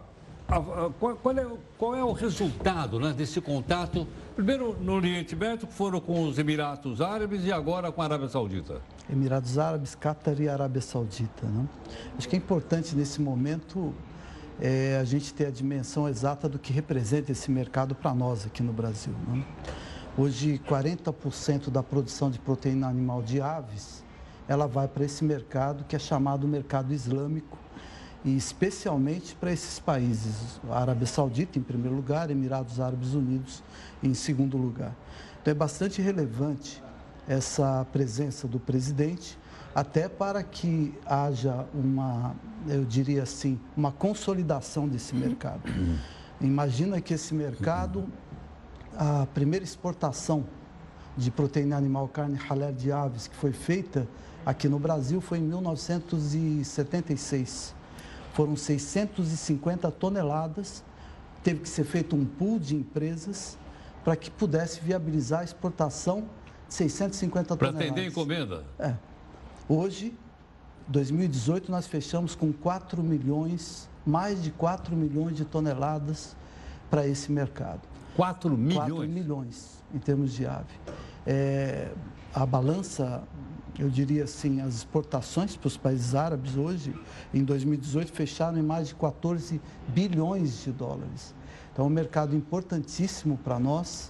é o resultado, né, desse contato? Primeiro no Oriente Médio, que foram com os Emirados Árabes, e agora com a Arábia Saudita. Emirados Árabes, Catar e Arábia Saudita, né? Acho que é importante nesse momento a gente ter a dimensão exata do que representa esse mercado para nós aqui no Brasil, né? Hoje, 40% da produção de proteína animal de aves, ela vai para esse mercado que é chamado mercado islâmico, e especialmente para esses países, a Arábia Saudita em primeiro lugar, Emirados Árabes Unidos em segundo lugar. Então é bastante relevante essa presença do presidente, até para que haja eu diria assim, uma consolidação desse mercado. Imagina que esse mercado, a primeira exportação de proteína animal, carne halal de aves, que foi feita aqui no Brasil, foi em 1976. Foram 650 toneladas, teve que ser feito um pool de empresas para que pudesse viabilizar a exportação de 650 toneladas. Para atender encomenda? Hoje, 2018, nós fechamos com mais de 4 milhões de toneladas para esse mercado. 4 milhões? 4 milhões em termos de ave. A balança, eu diria assim, as exportações para os países árabes hoje, em 2018, fecharam em mais de 14 bilhões de dólares. Então, é um mercado importantíssimo para nós.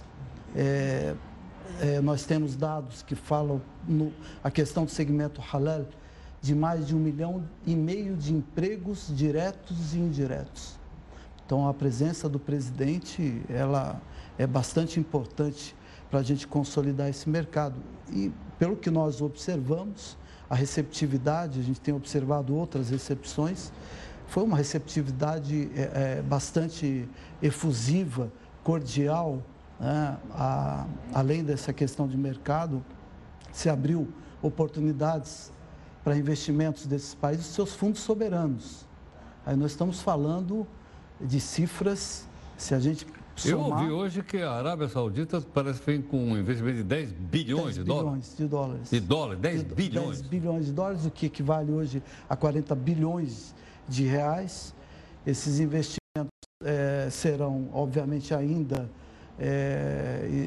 Nós temos dados que falam a questão do segmento halal, de mais de 1,5 milhão de empregos diretos e indiretos. Então, a presença do presidente, ela é bastante importante para a gente consolidar esse mercado. E, pelo que nós observamos, a receptividade, a gente tem observado outras recepções, foi uma receptividade bastante efusiva, cordial, né? Além dessa questão de mercado, se abriu oportunidades para investimentos desses países, seus fundos soberanos. Aí nós estamos falando de cifras, se a gente somar... Eu ouvi hoje que a Arábia Saudita parece que vem com um investimento de 10 bilhões de dólares. 10 bilhões de dólares. De dólares, 10 bilhões. 10 bilhões de dólares, o que equivale hoje a 40 bilhões de reais. Esses investimentos serão, obviamente, ainda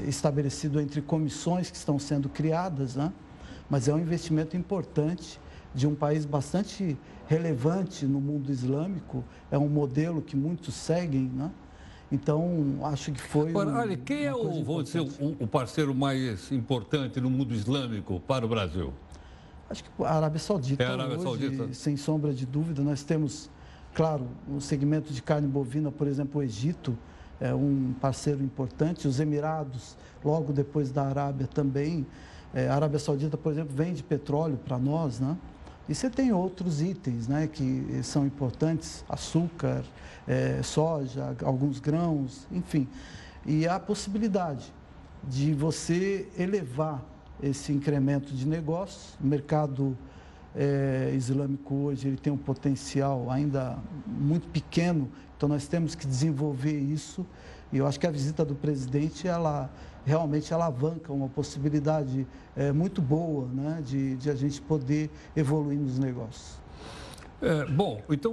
estabelecidos entre comissões que estão sendo criadas, né? Mas é um investimento importante de um país bastante relevante no mundo islâmico, é um modelo que muitos seguem, né? Então, acho que foi... Olha, quem é o parceiro mais importante no mundo islâmico para o Brasil? Acho que a Arábia Saudita. É a Arábia Saudita? Sem sombra de dúvida. Nós temos, claro, no segmento de carne bovina, por exemplo, o Egito é um parceiro importante. Os Emirados, logo depois da Arábia também. A Arábia Saudita, por exemplo, vende petróleo para nós, né? E você tem outros itens, né, que são importantes, açúcar, soja, alguns grãos, enfim. E há a possibilidade de você elevar esse incremento de negócios. O mercado islâmico hoje ele tem um potencial ainda muito pequeno, então nós temos que desenvolver isso. E eu acho que a visita do presidente, ela realmente alavanca uma possibilidade muito boa, né, de a gente poder evoluir nos negócios. Bom, então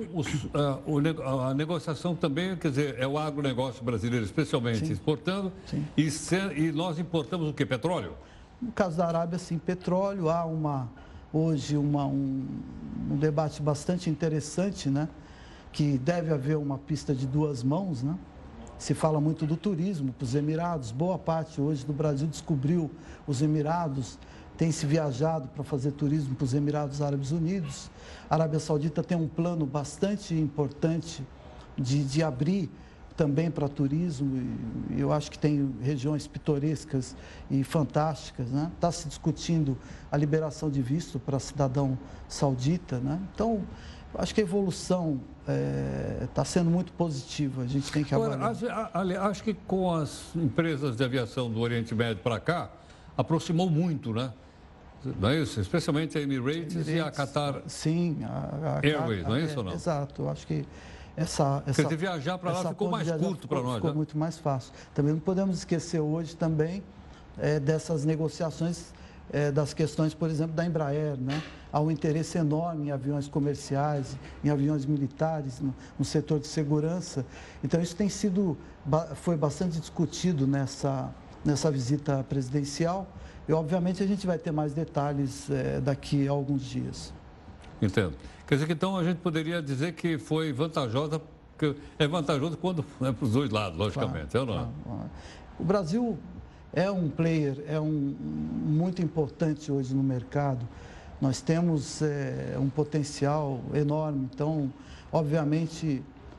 a negociação também, quer dizer, é o agronegócio brasileiro, especialmente exportando, e nós importamos o quê? Petróleo? No caso da Arábia, sim, petróleo. Há hoje um debate bastante interessante, né, que deve haver uma pista de duas mãos, né? Se fala muito do turismo para os Emirados. Boa parte hoje do Brasil descobriu os Emirados, tem se viajado para fazer turismo para os Emirados Árabes Unidos. A Arábia Saudita tem um plano bastante importante de abrir também para turismo. E eu acho que tem regiões pitorescas e fantásticas, né? Está se discutindo a liberação de visto para cidadão saudita, né? Então, acho que a evolução está sendo muito positiva, a gente tem que avaliar. Acho que com as empresas de aviação do Oriente Médio para cá, aproximou muito, né? Não é isso? Especialmente a Emirates e a Qatar Airways, não é isso ou não? Exato, eu acho que quer dizer, viajar para lá ficou mais curto para nós, ficou né? muito mais fácil. Também não podemos esquecer hoje também dessas negociações, das questões, por exemplo, da Embraer, né? Há um interesse enorme em aviões comerciais, em aviões militares, no setor de segurança. Então, isso foi bastante discutido nessa visita presidencial e, obviamente, a gente vai ter mais detalhes daqui a alguns dias. Entendo. Quer dizer que, então, a gente poderia dizer que foi vantajosa, porque é vantajoso quando é para os dois lados, logicamente, claro, não é? Claro. O Brasil é um player, muito importante hoje no mercado. Nós temos um potencial enorme. Então, obviamente,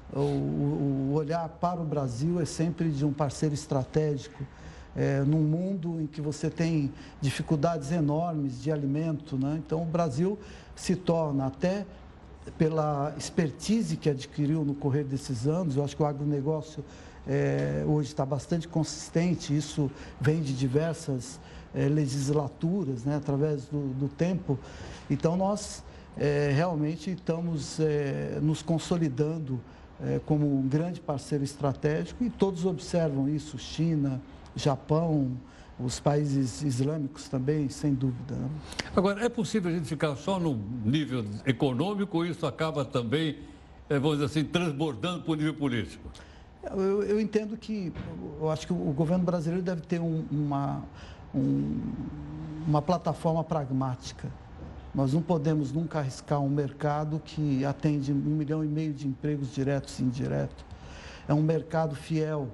o olhar para o Brasil é sempre de um parceiro estratégico. Num mundo em que você tem dificuldades enormes de alimento, né? Então, o Brasil se torna, até pela expertise que adquiriu no correr desses anos, eu acho que o agronegócio hoje está bastante consistente, isso vem de diversas legislaturas, né, através do tempo. Então, nós realmente estamos nos consolidando como um grande parceiro estratégico e todos observam isso, China, Japão, os países islâmicos também, sem dúvida, né? Agora, é possível a gente ficar só no nível econômico ou isso acaba também, vamos dizer assim, transbordando para o nível político? Eu entendo que, eu acho que o governo brasileiro deve ter uma plataforma pragmática. Nós não podemos nunca arriscar um mercado que atende 1,5 milhão de empregos diretos e indiretos. É um mercado fiel.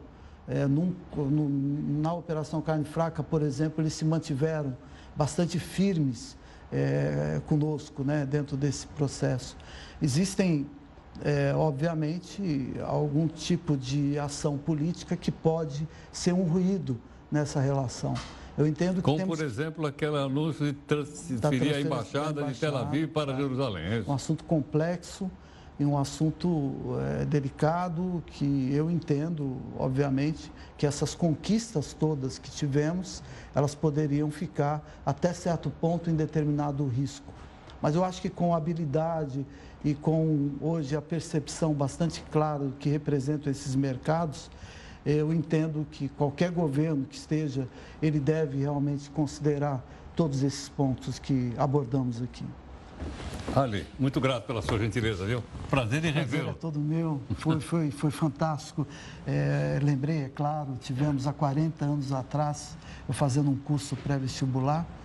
Na Operação Carne Fraca, por exemplo, eles se mantiveram bastante firmes conosco, né, dentro desse processo. Existem, obviamente, algum tipo de ação política que pode ser um ruído nessa relação. Eu entendo que como, por exemplo, aquele anúncio de transferir a embaixada de Tel Aviv para Jerusalém. Um assunto complexo e um assunto delicado que eu entendo, obviamente, que essas conquistas todas que tivemos, elas poderiam ficar até certo ponto em determinado risco. Mas eu acho que com habilidade e com hoje a percepção bastante clara do que representam esses mercados, eu entendo que qualquer governo que esteja, ele deve realmente considerar todos esses pontos que abordamos aqui. Ali, muito grato pela sua gentileza, viu? Prazer em revê-lo. É todo meu, foi fantástico. Lembrei, é claro, tivemos há 40 anos atrás, eu fazendo um curso pré-vestibular,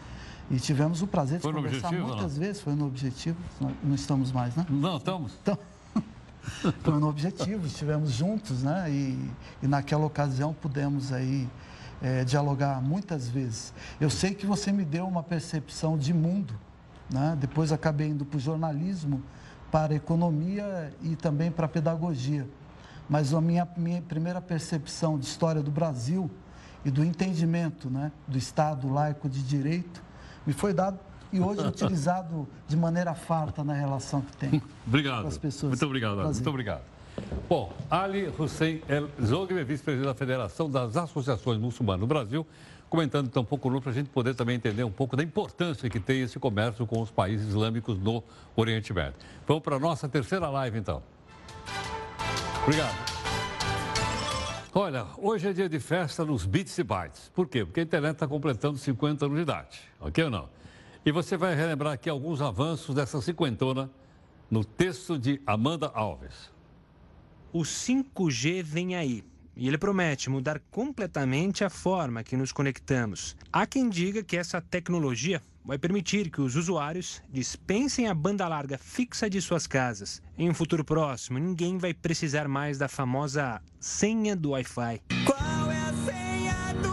E tivemos o prazer de foi conversar objetivo, muitas vezes. Foi no Objetivo. Não estamos mais, né? Não, estamos. Então, foi no Objetivo, estivemos juntos, né? E naquela ocasião pudemos aí dialogar muitas vezes. Eu sei que você me deu uma percepção de mundo, né? Depois acabei indo para o jornalismo, para a economia e também para a pedagogia. Mas a minha primeira percepção de história do Brasil e do entendimento, né, do Estado laico de direito me foi dado e hoje utilizado de maneira farta na relação que tem obrigado. com as pessoas. Muito obrigado. Prazer. Muito obrigado. Bom, Ali Hussein El Zogby, vice-presidente da Federação das Associações Muçulmanas do Brasil, comentando então um pouco conosco para a gente poder também entender um pouco da importância que tem esse comércio com os países islâmicos no Oriente Médio. Vamos para a nossa terceira live então. Obrigado. Olha, hoje é dia de festa nos Bits e Bytes. Por quê? Porque a internet está completando 50 anos de idade, ok ou não? E você vai relembrar aqui alguns avanços dessa cinquentona no texto de Amanda Alves. O 5G vem aí. E ele promete mudar completamente a forma que nos conectamos. Há quem diga que essa tecnologia vai permitir que os usuários dispensem a banda larga fixa de suas casas. Em um futuro próximo, ninguém vai precisar mais da famosa senha do Wi-Fi. Qual é a senha do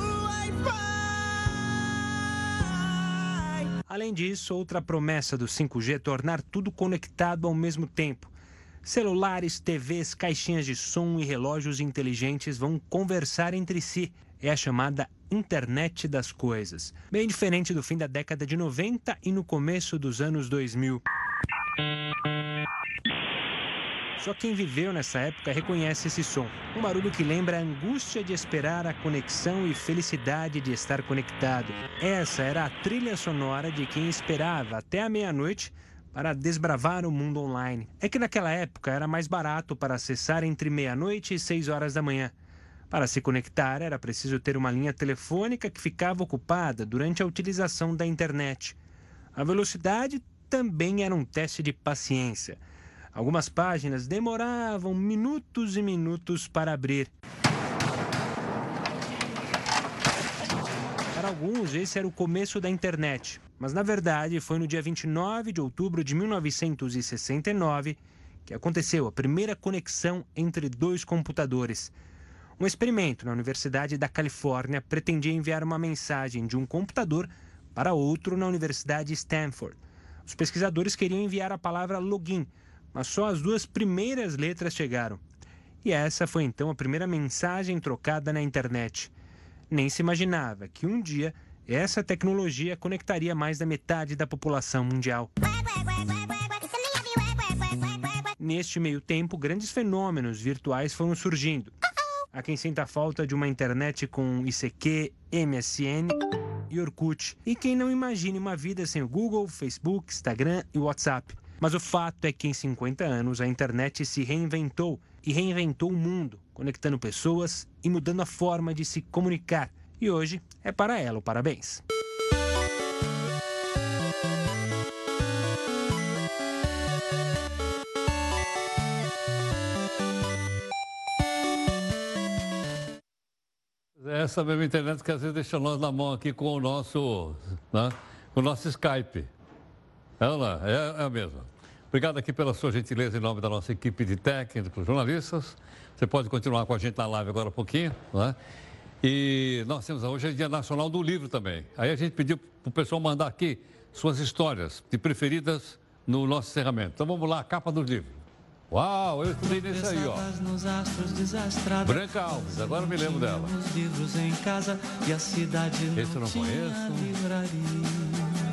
Wi-Fi? Além disso, outra promessa do 5G é tornar tudo conectado ao mesmo tempo. Celulares, TVs, caixinhas de som e relógios inteligentes vão conversar entre si. É a chamada Internet das Coisas. Bem diferente do fim da década de 90 e no começo dos anos 2000. Só quem viveu nessa época reconhece esse som. Um barulho que lembra a angústia de esperar a conexão e felicidade de estar conectado. Essa era a trilha sonora de quem esperava até a meia-noite para desbravar o mundo online. É que naquela época era mais barato para acessar entre meia-noite e 6 horas da manhã. Para se conectar, era preciso ter uma linha telefônica que ficava ocupada durante a utilização da internet. A velocidade também era um teste de paciência. Algumas páginas demoravam minutos e minutos para abrir. Para alguns, esse era o começo da internet. Mas, na verdade, foi no dia 29 de outubro de 1969 que aconteceu a primeira conexão entre dois computadores. Um experimento na Universidade da Califórnia pretendia enviar uma mensagem de um computador para outro na Universidade de Stanford. Os pesquisadores queriam enviar a palavra login, mas só as duas primeiras letras chegaram. E essa foi então a primeira mensagem trocada na internet. Nem se imaginava que um dia essa tecnologia conectaria mais da metade da população mundial. Neste meio tempo, grandes fenômenos virtuais foram surgindo. Há quem sinta a falta de uma internet com ICQ, MSN e Orkut. E quem não imagine uma vida sem o Google, Facebook, Instagram e WhatsApp. Mas o fato é que em 50 anos a internet se reinventou e reinventou o mundo, conectando pessoas e mudando a forma de se comunicar. E hoje é para ela o parabéns. Essa mesma internet que às vezes deixa nós na mão aqui com o nosso, né, com o nosso Skype. Ela é a mesma. Obrigado aqui pela sua gentileza em nome da nossa equipe de técnicos, jornalistas. Você pode continuar com a gente na live agora um pouquinho, né? E nós temos hoje é Dia Nacional do Livro também. Aí a gente pediu para o pessoal mandar aqui suas histórias de preferidas no nosso encerramento. Então vamos lá, a capa do livro. Uau, eu estudei nesse aí, ó. Branca Alves, agora me lembro dela. Esse eu não conheço.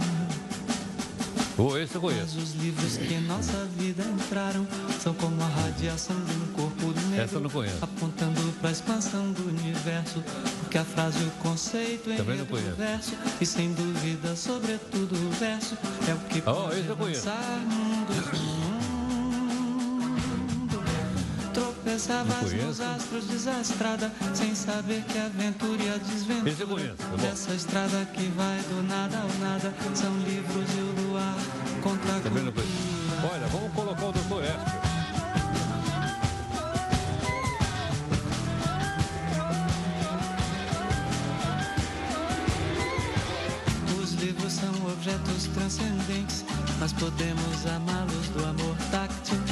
Esse eu conheço. Os livros que em nossa vida entraram são como a radiação de um corpo negro. Essa eu não conheço. Apontando para a expansão do universo, porque a frase e o conceito em o verso e sem dúvida, sobretudo o verso é o que pode avançar mundo. Tropeçavas nos astros desastrada, sem saber que a aventura e a desventura dessa estrada que vai do nada ao nada são livros e o luar contra a cultura. Olha, vamos colocar o Dr. Esper. Os livros são objetos transcendentes, mas podemos amá-los do amor